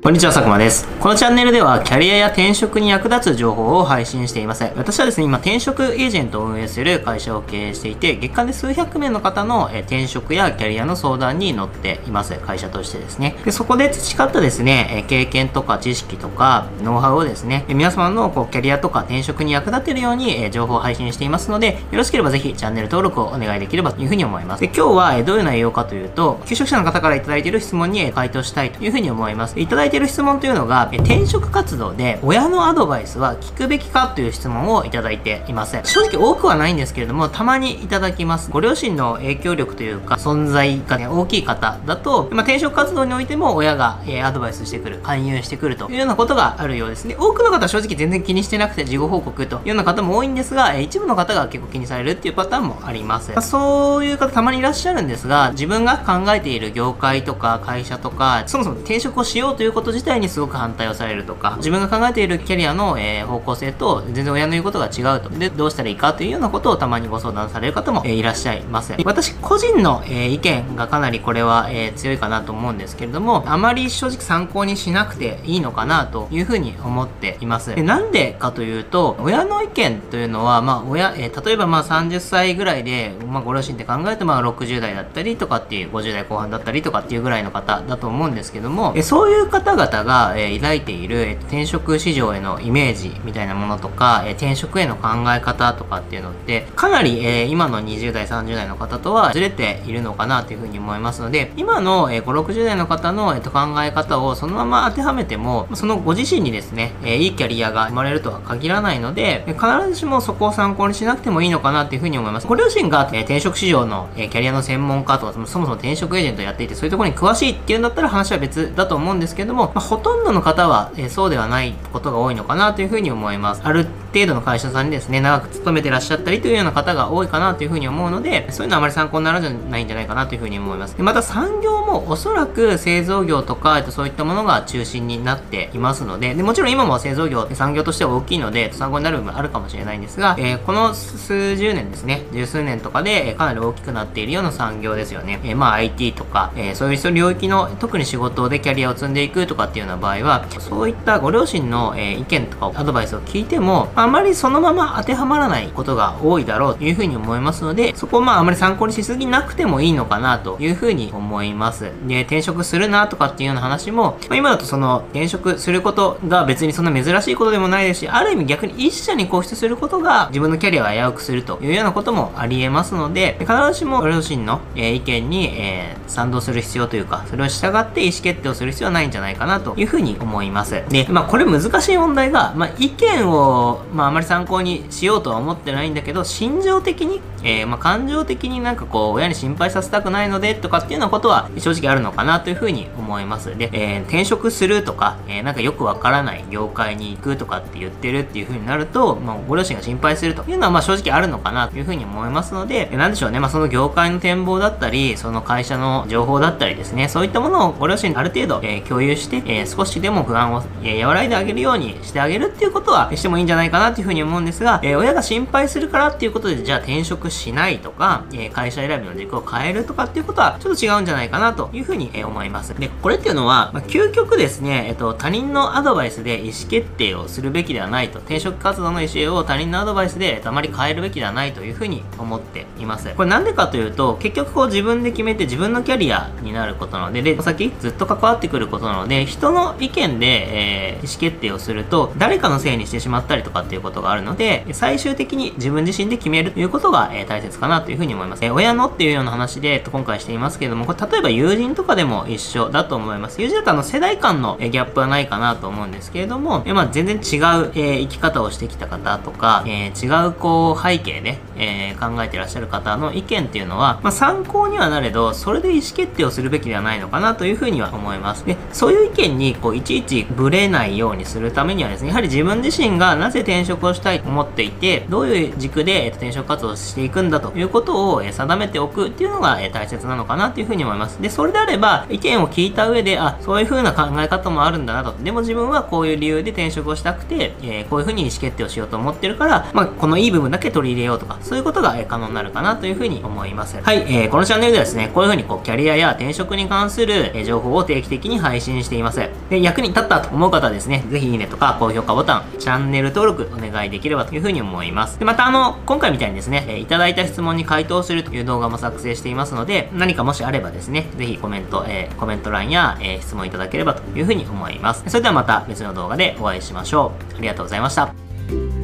こんにちは、佐久間です。このチャンネルではキャリアや転職に役立つ情報を配信しています。私はですね、今転職エージェントを運営する会社を経営していて、月間で数百名の方の転職やキャリアの相談に乗っています。会社としてですね。で、そこで培ったですね、経験とか知識とかノウハウをですね、皆様のキャリアとか転職に役立てるように情報を配信していますので、よろしければぜひチャンネル登録をお願いできればというふうに思います。で、今日はどういう内容かというと、求職者の方からいただいている質問に回答したいというふうに思います。いただいている質問というのが、転職活動で親のアドバイスは聞くべきかという質問をいただいています。正直多くはないんですけれども、たまにいただきます。ご両親の影響力というか、存在が、大きい方だと、転職活動においても親が、アドバイスしてくる、勧誘してくるというようなことがあるようですね。多くの方は正直全然気にしてなくて事後報告というような方も多いんですが、一部の方が結構気にされるっていうパターンもあります。そういう方たまにいらっしゃるんですが、自分が考えている業界とか会社とか、そもそも転職をしようということ自体にすごく反対をされるとか、自分が考えているキャリアの、方向性と全然親の言うことが違うと。で、どうしたらいいかというようなことをたまにご相談される方も、いらっしゃいます。私個人の、意見がかなりこれは、強いかなと思うんですけれども、あまり正直参考にしなくていいのかなというふうに思っています。で、なんでかというと、親の意見というのは、例えば30歳ぐらいで、ご両親って考えると60代だったりとかっていう、50代後半だったりとかっていうぐらいの方だと思うんですけども、そういう方々が、抱いている、転職市場へのイメージみたいなものとか、転職への考え方とかっていうのって、かなり、今の20代、30代の方とはずれているのかなというふうに思いますので、今の、5、60代の方の、考え方をそのまま当てはめても、そのご自身にですね、いいキャリアが生まれるとは限らないので、必ずしもそこを参考にしなくてもいいのかなというふうに思います。ご両親が、転職市場の、キャリアの専門家とか、そもそも転職エージェントをやっていて、そういうところに詳しいっていうんだったら話は別だと思うんですけども、ほとんどの方は、そうではないことが多いのかなというふうに思います。ある程度の会社さんにですね、長く勤めてらっしゃったりというような方が多いかなというふうに思うので、そういうのはあまり参考にならないんじゃないかなというふうに思います。で、また産業もおそらく製造業とか、そういったものが中心になっていますので、もちろん今も製造業、産業としては大きいので、参考になる部分あるかもしれないんですが、この数十年ですね、十数年とかで、かなり大きくなっているような産業ですよね。IT とか、そういう領域の特に仕事でキャリアを積んでいくとかっていうような場合は、そういったご両親の、意見とかアドバイスを聞いても、あまりそのまま当てはまらないことが多いだろうというふうに思いますので、そこをあまり参考にしすぎなくてもいいのかなというふうに思います。で、転職するなとかっていうような話も、今だとその転職することが別にそんな珍しいことでもないですし、ある意味逆に一社に固執することが自分のキャリアを危うくするというようなこともあり得ますので、必ずしもご両親の、意見に、賛同する必要というか、それを従って意思決定をする必要はないんじゃないかなというふうに思います。で、これ難しい問題が、意見を、あまり参考にしようとは思ってないんだけど、心情的に、感情的に親に心配させたくないのでとかっていうようなことは正直あるのかなというふうに思います。で、転職するとか、よくわからない業界に行くとかって言ってるっていうふうになると、ご両親が心配するというのは正直あるのかなというふうに思いますので、なんでしょうね、その業界の展望だったり、その会社の情報だったりですね、そういったものをご両親にある程度、共有して、少しでも不安を、和らいであげるようにしてあげるっていうことはしてもいいんじゃないかなというふうに思うんですが、親が心配するからっていうことでじゃあ転職しないとか、会社選びの軸を変えるとかっていうことはちょっと違うんじゃないかなというふうに、思います。で、これっていうのは、究極ですね、他人のアドバイスで意思決定をするべきではないと、転職活動の意思を他人のアドバイスであまり変えるべきではないというふうに思っています。これなんでかというと、結局自分で決めて自分のキャリアになることなので、先ずっと関わってくることなので、人の意見で、意思決定をすると誰かのせいにしてしまったりとかっていうことがあるので、最終的に自分自身で決めるということが、大切かなというふうに思います。親のっていうような話で今回していますけれども、これ例えば友人とかでも一緒だと思います。友人だと世代間のギャップはないかなと思うんですけれども、全然違う、生き方をしてきた方とか、違う背景で、考えていらっしゃる方の意見っていうのは、参考にはなれど、それで意思決定をするべきではないのかなというふうには思います。で、そういう意見にいちいちブレないようにするためにはですね、やはり自分自身がなぜ転職をしたいと思っていて、どういう軸で転職活動をしていくんだということを定めておくっていうのが大切なのかなというふうに思います。で、それであれば意見を聞いた上で、そういう風な考え方もあるんだなと。でも自分はこういう理由で転職をしたくて、こういう風に意思決定をしようと思ってるから、このいい部分だけ取り入れようとか、そういうことが可能になるかなというふうに思います。はい、このチャンネルではですね、こういう風にキャリアや転職に関する情報を定期的に配信してしています。で、役に立ったと思う方はですね、ぜひいいねとか高評価ボタン、チャンネル登録お願いできればというふうに思います。で、また今回みたいにですね、いただいた質問に回答するという動画も作成していますので、何かもしあればですね、ぜひコメント欄や、質問いただければというふうに思います。それではまた別の動画でお会いしましょう。ありがとうございました。